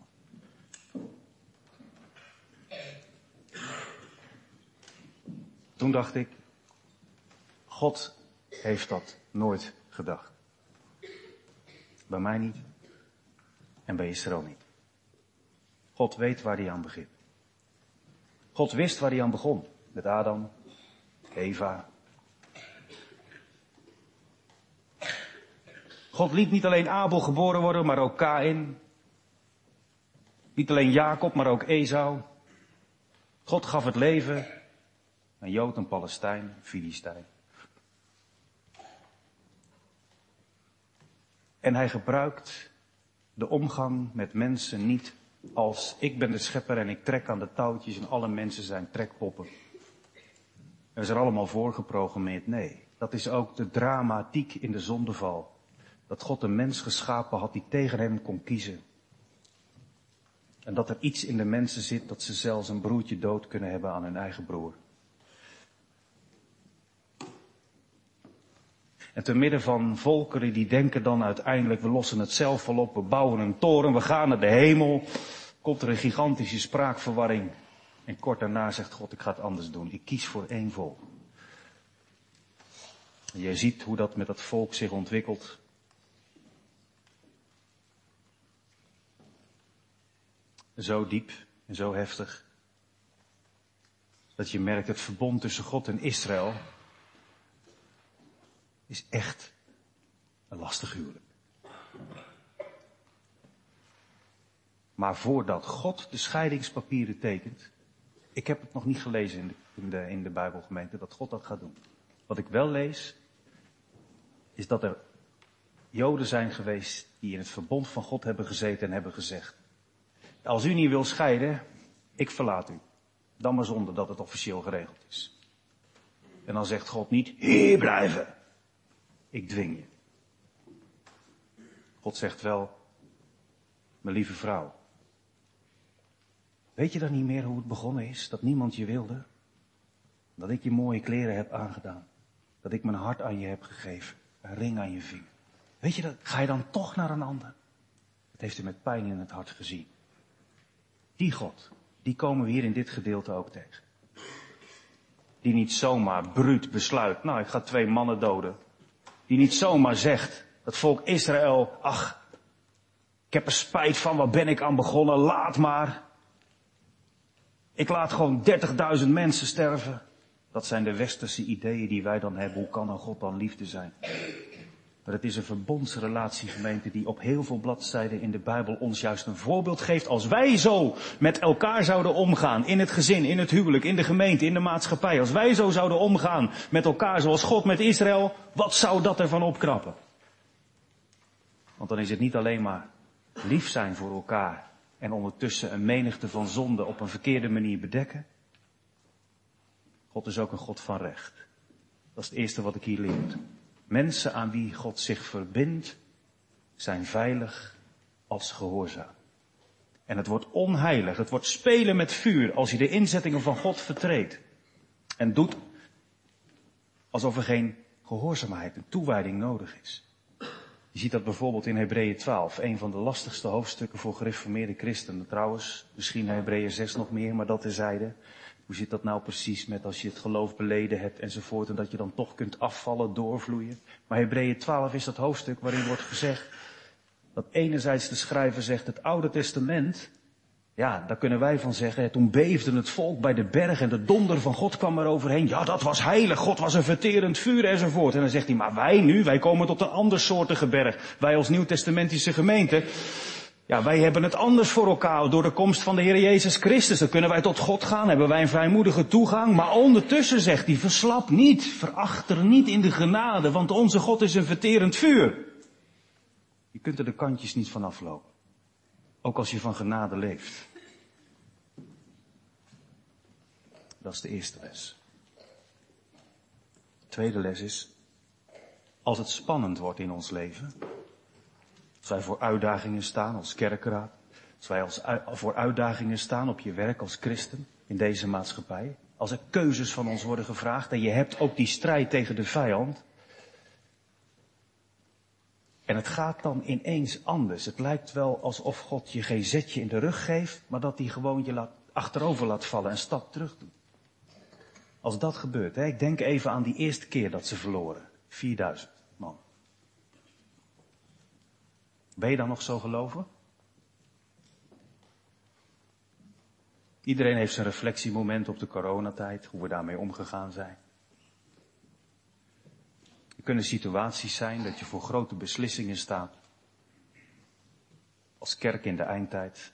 Toen dacht ik, God heeft dat nooit gedacht. Bij mij niet. En bij Israël niet. God weet waar hij aan begint. God wist waar hij aan begon. Met Adam, Eva. God liet niet alleen Abel geboren worden, maar ook Kaïn. Niet alleen Jacob, maar ook Esau. God gaf het leven aan Jood en Palestijn, Filistijn. En hij gebruikt de omgang met mensen niet als ik ben de schepper en ik trek aan de touwtjes en alle mensen zijn trekpoppen. En we zijn allemaal voorgeprogrammeerd. Nee, dat is ook de dramatiek in de zondeval. Dat God een mens geschapen had die tegen hem kon kiezen. En dat er iets in de mensen zit dat ze zelfs een broertje dood kunnen hebben aan hun eigen broer. En te midden van volkeren die denken dan uiteindelijk, we lossen het zelf wel op, we bouwen een toren, we gaan naar de hemel. Komt er een gigantische spraakverwarring. En kort daarna zegt God, ik ga het anders doen. Ik kies voor 1 volk. En je ziet hoe dat met dat volk zich ontwikkelt. Zo diep en zo heftig. Dat je merkt, het verbond tussen God en Israël is echt een lastig huwelijk. Maar voordat God de scheidingspapieren tekent, ik heb het nog niet gelezen in de Bijbelgemeente, dat God dat gaat doen. Wat ik wel lees, is dat er Joden zijn geweest die in het verbond van God hebben gezeten en hebben gezegd, als u niet wil scheiden, ik verlaat u. Dan maar zonder dat het officieel geregeld is. En dan zegt God niet, hier blijven. Ik dwing je. God zegt wel, mijn lieve vrouw. Weet je dan niet meer hoe het begonnen is? Dat niemand je wilde? Dat ik je mooie kleren heb aangedaan. Dat ik mijn hart aan je heb gegeven. Een ring aan je vinger. Weet je dat? Ga je dan toch naar een ander? Dat heeft hij met pijn in het hart gezien. Die God, die komen we hier in dit gedeelte ook tegen. Die niet zomaar bruut besluit, nou ik ga 2 mannen doden. Die niet zomaar zegt, dat volk Israël, ach, ik heb er spijt van, waar ben ik aan begonnen, laat maar. Ik laat gewoon 30.000 mensen sterven. Dat zijn de westerse ideeën die wij dan hebben, hoe kan een God dan liefde zijn? Maar het is een verbondsrelatie, gemeente, die op heel veel bladzijden in de Bijbel ons juist een voorbeeld geeft. Als wij zo met elkaar zouden omgaan, in het gezin, in het huwelijk, in de gemeente, in de maatschappij. Als wij zo zouden omgaan met elkaar zoals God met Israël, wat zou dat ervan opknappen? Want dan is het niet alleen maar lief zijn voor elkaar en ondertussen een menigte van zonden op een verkeerde manier bedekken. God is ook een God van recht. Dat is het eerste wat ik hier leer. Mensen aan wie God zich verbindt, zijn veilig als gehoorzaam. En het wordt onheilig, het wordt spelen met vuur als je de inzettingen van God vertreedt. En doet alsof er geen gehoorzaamheid en toewijding nodig is. Je ziet dat bijvoorbeeld in Hebreeën 12, een van de lastigste hoofdstukken voor gereformeerde christenen. Trouwens, misschien Hebreeën 6 nog meer, maar dat terzijde. Hoe zit dat nou precies met als je het geloof beleden hebt enzovoort en dat je dan toch kunt afvallen, doorvloeien. Maar Hebreeën 12 is dat hoofdstuk waarin wordt gezegd dat enerzijds de schrijver zegt het Oude Testament Ja, daar kunnen wij van zeggen, toen beefde het volk bij de berg en de donder van God kwam er overheen. Ja, dat was heilig, God was een verterend vuur enzovoort. En dan zegt hij, maar wij komen tot een andersoortige berg. Wij als nieuwtestamentische gemeente, ja, wij hebben het anders voor elkaar. Door de komst van de Heer Jezus Christus, dan kunnen wij tot God gaan, hebben wij een vrijmoedige toegang. Maar ondertussen zegt hij, verslap niet, verachter niet in de genade, want onze God is een verterend vuur. Je kunt er de kantjes niet van aflopen. Ook als je van genade leeft. Dat is de eerste les. De tweede les is, als het spannend wordt in ons leven, als wij voor uitdagingen staan als kerkraad, als wij voor uitdagingen staan op je werk als christen in deze maatschappij, als er keuzes van ons worden gevraagd en je hebt ook die strijd tegen de vijand, en het gaat dan ineens anders. Het lijkt wel alsof God je geen zetje in de rug geeft, maar dat hij gewoon je achterover laat vallen en een stap terug doet. Als dat gebeurt, hè, ik denk even aan die eerste keer dat ze verloren. 4000 man. Ben je dan nog zo geloven? Iedereen heeft zijn reflectiemoment op de coronatijd, hoe we daarmee omgegaan zijn. Er kunnen situaties zijn dat je voor grote beslissingen staat. Als kerk in de eindtijd.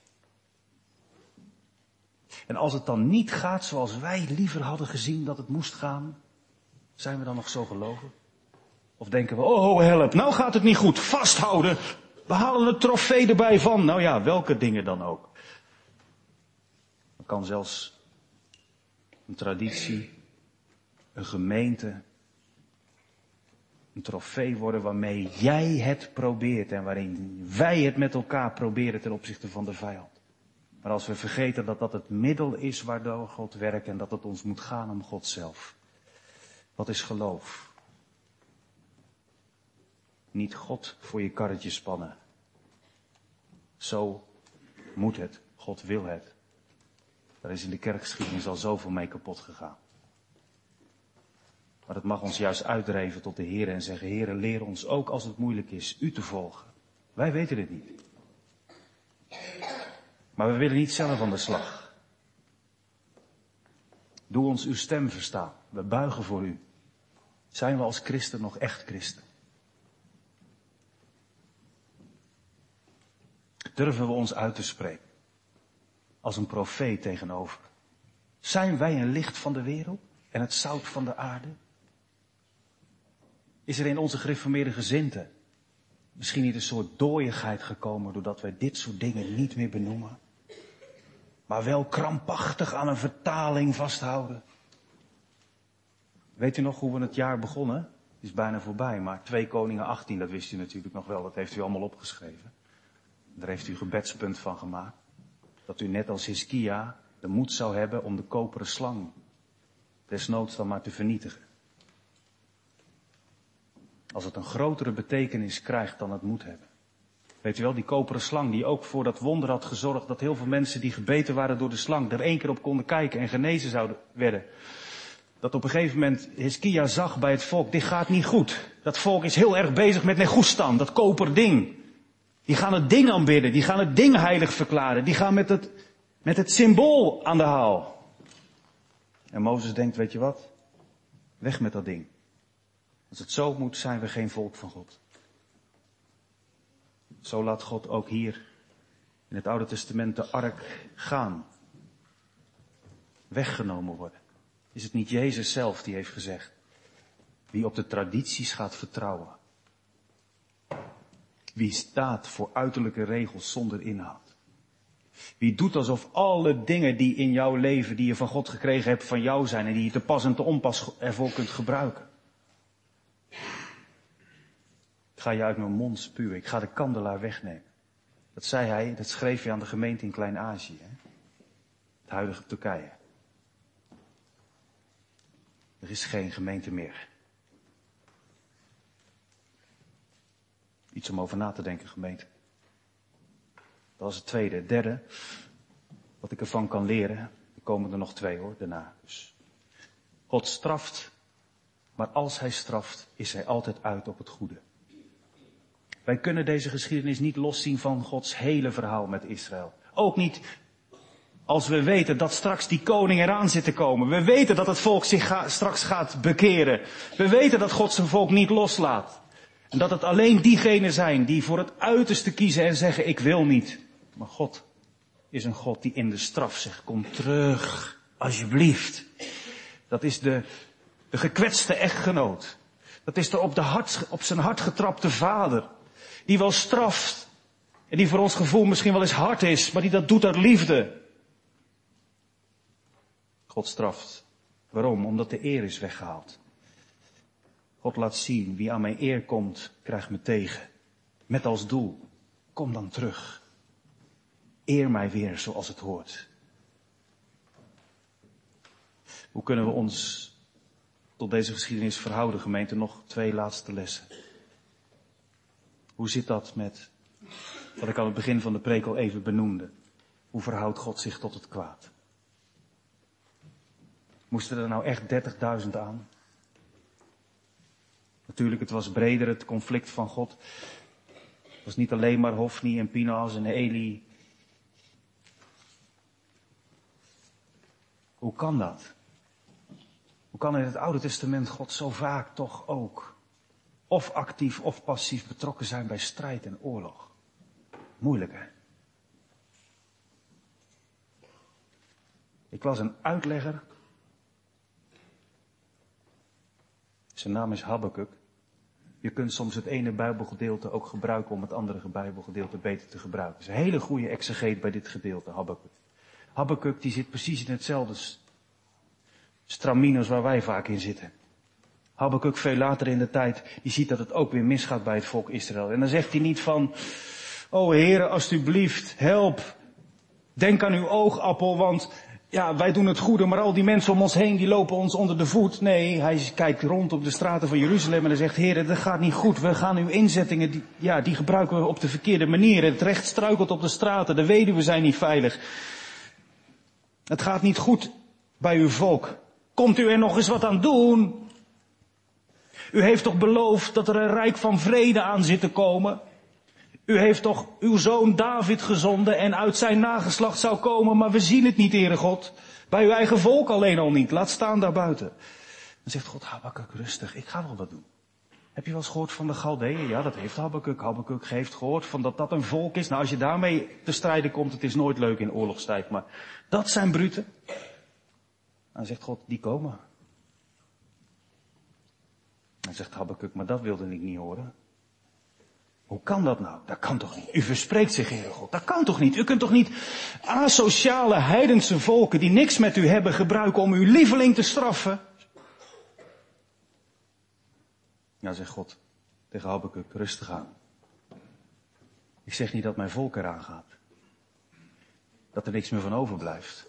En als het dan niet gaat zoals wij liever hadden gezien dat het moest gaan, zijn we dan nog zo geloven? Of denken we, oh help, nou gaat het niet goed, vasthouden, we halen een trofee erbij van. Nou ja, welke dingen dan ook. Het kan zelfs een traditie, een gemeente, een trofee worden waarmee jij het probeert en waarin wij het met elkaar proberen ten opzichte van de vijand. Maar als we vergeten dat dat het middel is waardoor God werkt en dat het ons moet gaan om God zelf. Wat is geloof? Niet God voor je karretje spannen. Zo moet het. God wil het. Daar is in de kerkgeschiedenis al zoveel mee kapot gegaan. Maar dat mag ons juist uitdrijven tot de Heer en zeggen, Heer, leer ons ook als het moeilijk is, u te volgen. Wij weten het niet. Maar we willen niet zelf aan de slag. Doe ons uw stem verstaan. We buigen voor u. Zijn we als christen nog echt christen? Durven we ons uit te spreken? Als een profeet tegenover. Zijn wij een licht van de wereld en het zout van de aarde? Is er in onze gereformeerde gezindte misschien niet een soort dooiigheid gekomen doordat wij dit soort dingen niet meer benoemen? Maar wel krampachtig aan een vertaling vasthouden. Weet u nog hoe we het jaar begonnen? Het is bijna voorbij, maar 2 Koningen 18, dat wist u natuurlijk nog wel, dat heeft u allemaal opgeschreven. Daar heeft u gebedspunt van gemaakt. Dat u net als Hiskia de moed zou hebben om de koperen slang desnoods dan maar te vernietigen. Als het een grotere betekenis krijgt dan het moet hebben. Weet u wel, die koperen slang die ook voor dat wonder had gezorgd dat heel veel mensen die gebeten waren door de slang er 1 keer op konden kijken en genezen zouden werden. Dat op een gegeven moment Hiskia zag bij het volk, dit gaat niet goed. Dat volk is heel erg bezig met Negoestan, dat koper ding. Die gaan het ding aanbidden, die gaan het ding heilig verklaren, die gaan met het symbool aan de haal. En Mozes denkt, weet je wat? Weg met dat ding. Als het zo moet, zijn we geen volk van God. Zo laat God ook hier in het Oude Testament de ark gaan. Weggenomen worden. Is het niet Jezus zelf die heeft gezegd? Wie op de tradities gaat vertrouwen. Wie staat voor uiterlijke regels zonder inhoud. Wie doet alsof alle dingen die in jouw leven, die je van God gekregen hebt, van jou zijn en die je te pas en te onpas ervoor kunt gebruiken. Ik ga je uit mijn mond spuwen. Ik ga de kandelaar wegnemen. Dat zei hij, dat schreef hij aan de gemeente in Klein-Azië. Het huidige Turkije. Er is geen gemeente meer. Iets om over na te denken, gemeente. Dat was het tweede. Het derde, wat ik ervan kan leren. Er komen er nog 2 hoor, daarna. Dus. God straft, maar als hij straft, is hij altijd uit op het goede. Wij kunnen deze geschiedenis niet loszien van Gods hele verhaal met Israël. Ook niet als we weten dat straks die koning eraan zit te komen. We weten dat het volk zich straks gaat bekeren. We weten dat God zijn volk niet loslaat. En dat het alleen diegenen zijn die voor het uiterste kiezen en zeggen, ik wil niet. Maar God is een God die in de straf zegt, kom terug, alsjeblieft. Dat is de gekwetste echtgenoot. Dat is de op zijn hart getrapte vader. Die wel straft. En die voor ons gevoel misschien wel eens hard is, maar die dat doet uit liefde. God straft. Waarom? Omdat de eer is weggehaald. God laat zien, wie aan mijn eer komt, krijgt me tegen. Met als doel, kom dan terug. Eer mij weer zoals het hoort. Hoe kunnen we ons tot deze geschiedenis verhouden, gemeente? Nog 2 laatste lessen. Hoe zit dat met wat ik aan het begin van de preek al even benoemde? Hoe verhoudt God zich tot het kwaad? Moesten er nou echt 30.000 aan? Natuurlijk, het was breder, het conflict van God. Het was niet alleen maar Hofni en Pinhas en Eli. Hoe kan dat? Hoe kan in het Oude Testament God zo vaak toch ook of actief of passief betrokken zijn bij strijd en oorlog? Moeilijk, hè? Ik was een uitlegger. Zijn naam is Habakuk. Je kunt soms het ene Bijbelgedeelte ook gebruiken om het andere Bijbelgedeelte beter te gebruiken. Het is een hele goede exegeet bij dit gedeelte, Habakuk. Habakuk die zit precies in hetzelfde stramien als waar wij vaak in zitten. Habakuk veel later in de tijd, die ziet dat het ook weer misgaat bij het volk Israël. En dan zegt hij niet van, o Heere, alstublieft, help. Denk aan uw oogappel, want ja, wij doen het goede, maar al die mensen om ons heen, die lopen ons onder de voet. Nee, hij kijkt rond op de straten van Jeruzalem en hij zegt, Heere, dat gaat niet goed. We gaan uw inzettingen, die gebruiken we op de verkeerde manier. Het recht struikelt op de straten, de weduwen zijn niet veilig. Het gaat niet goed bij uw volk. Komt u er nog eens wat aan doen? U heeft toch beloofd dat er een rijk van vrede aan zit te komen? U heeft toch uw zoon David gezonden en uit zijn nageslacht zou komen, maar we zien het niet, Heere God. Bij uw eigen volk alleen al niet, laat staan daarbuiten. Dan zegt God, Habakuk, rustig, ik ga wel wat doen. Heb je wel eens gehoord van de Galdeeën? Ja, dat heeft Habakuk. Habakuk heeft gehoord van dat een volk is. Nou, als je daarmee te strijden komt, het is nooit leuk in oorlogstijd, maar dat zijn bruten. Dan zegt God, die komen. Dan zegt Habakuk, maar dat wilde ik niet horen. Hoe kan dat nou? Dat kan toch niet? U verspreekt zich, Heere God. Dat kan toch niet? U kunt toch niet asociale heidense volken die niks met u hebben gebruiken om uw lieveling te straffen? Ja, zegt God tegen Habakuk, rustig aan. Ik zeg niet dat mijn volk eraan gaat. Dat er niks meer van overblijft.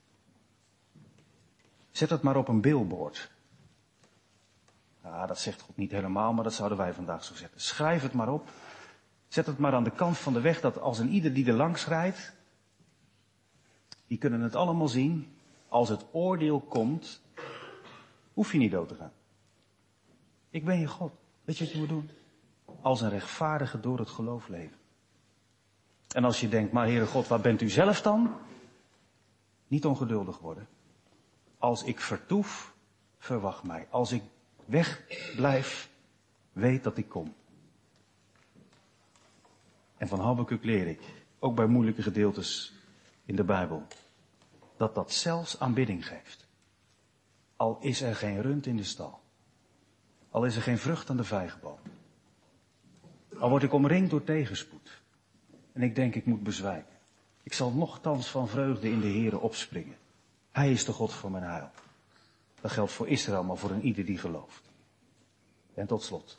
Zet het maar op een billboard. Ja, dat zegt God niet helemaal, maar dat zouden wij vandaag zo zetten. Schrijf het maar op. Zet het maar aan de kant van de weg, dat als een ieder die er langs rijdt, die kunnen het allemaal zien. Als het oordeel komt, hoef je niet dood te gaan. Ik ben je God. Weet je wat je moet doen? Als een rechtvaardige door het geloof leven. En als je denkt, maar Heere God, waar bent u zelf dan? Niet ongeduldig worden. Als ik vertoef, verwacht mij. Als ik wegblijf, weet dat ik kom. En van Habakuk leer ik, ook bij moeilijke gedeeltes in de Bijbel, dat zelfs aanbidding geeft. Al is er geen rund in de stal. Al is er geen vrucht aan de vijgenboom. Al word ik omringd door tegenspoed. En ik denk ik moet bezwijken. Ik zal nochtans van vreugde in de Here opspringen. Hij is de God van mijn heil. Dat geldt voor Israël, maar voor een ieder die gelooft. En tot slot.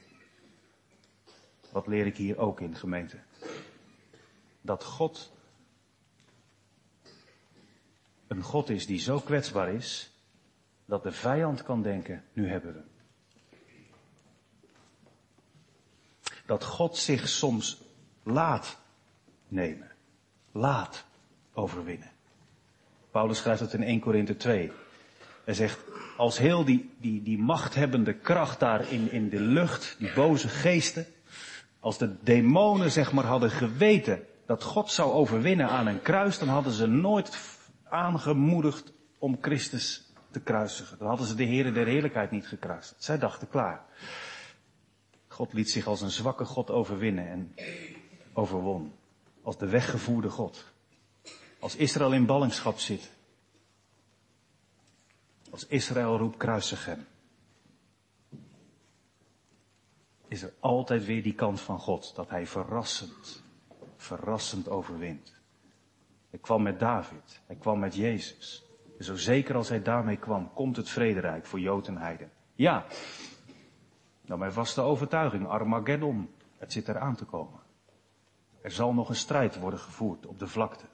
Wat leer ik hier ook in, gemeente? Dat God een God is die zo kwetsbaar is, dat de vijand kan denken, nu hebben we hem. Dat God zich soms laat nemen. Laat overwinnen. Paulus schrijft het in 1 Korinthe 2. Hij zegt, als heel die machthebbende kracht daar in de lucht, die boze geesten, als de demonen zeg maar hadden geweten dat God zou overwinnen aan een kruis, dan hadden ze nooit aangemoedigd om Christus te kruisigen. Dan hadden ze de Heere der Heerlijkheid niet gekruisigd. Zij dachten klaar. God liet zich als een zwakke God overwinnen en overwon. Als de weggevoerde God. Als Israël in ballingschap zit. Als Israël roept kruisig hem. Is er altijd weer die kant van God. Dat hij verrassend overwint. Hij kwam met David. Hij kwam met Jezus. En zo zeker als hij daarmee kwam, komt het vrederijk voor Jood en Heiden. Ja. Nou, mijn vaste overtuiging, Armageddon. Het zit eraan te komen. Er zal nog een strijd worden gevoerd op de vlakte.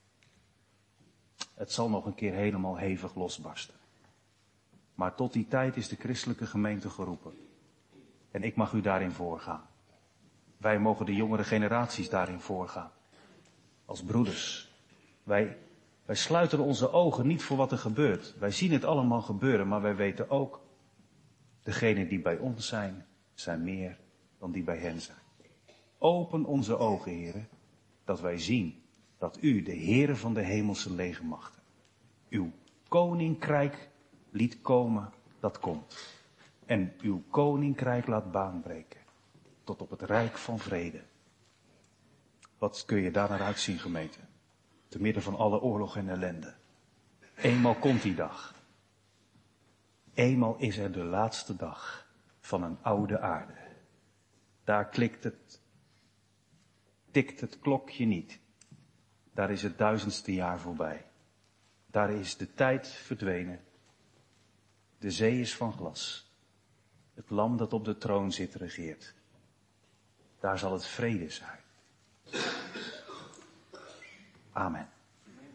Het zal nog een keer helemaal hevig losbarsten. Maar tot die tijd is de christelijke gemeente geroepen. En ik mag u daarin voorgaan. Wij mogen de jongere generaties daarin voorgaan. Als broeders. Wij sluiten onze ogen niet voor wat er gebeurt. Wij zien het allemaal gebeuren, maar wij weten ook, degenen die bij ons zijn meer dan die bij hen zijn. Open onze ogen, heren, dat wij zien dat u, de Heere van de hemelse legermachten, uw koninkrijk liet komen, dat komt. En uw koninkrijk laat baanbreken, tot op het rijk van vrede. Wat kun je daar naar uitzien, gemeente? Te midden van alle oorlog en ellende. Eenmaal komt die dag. Eenmaal is er de laatste dag van een oude aarde. Daar tikt het klokje niet. Daar is het 1000ste jaar voorbij. Daar is de tijd verdwenen. De zee is van glas. Het lam dat op de troon zit regeert. Daar zal het vrede zijn. Amen.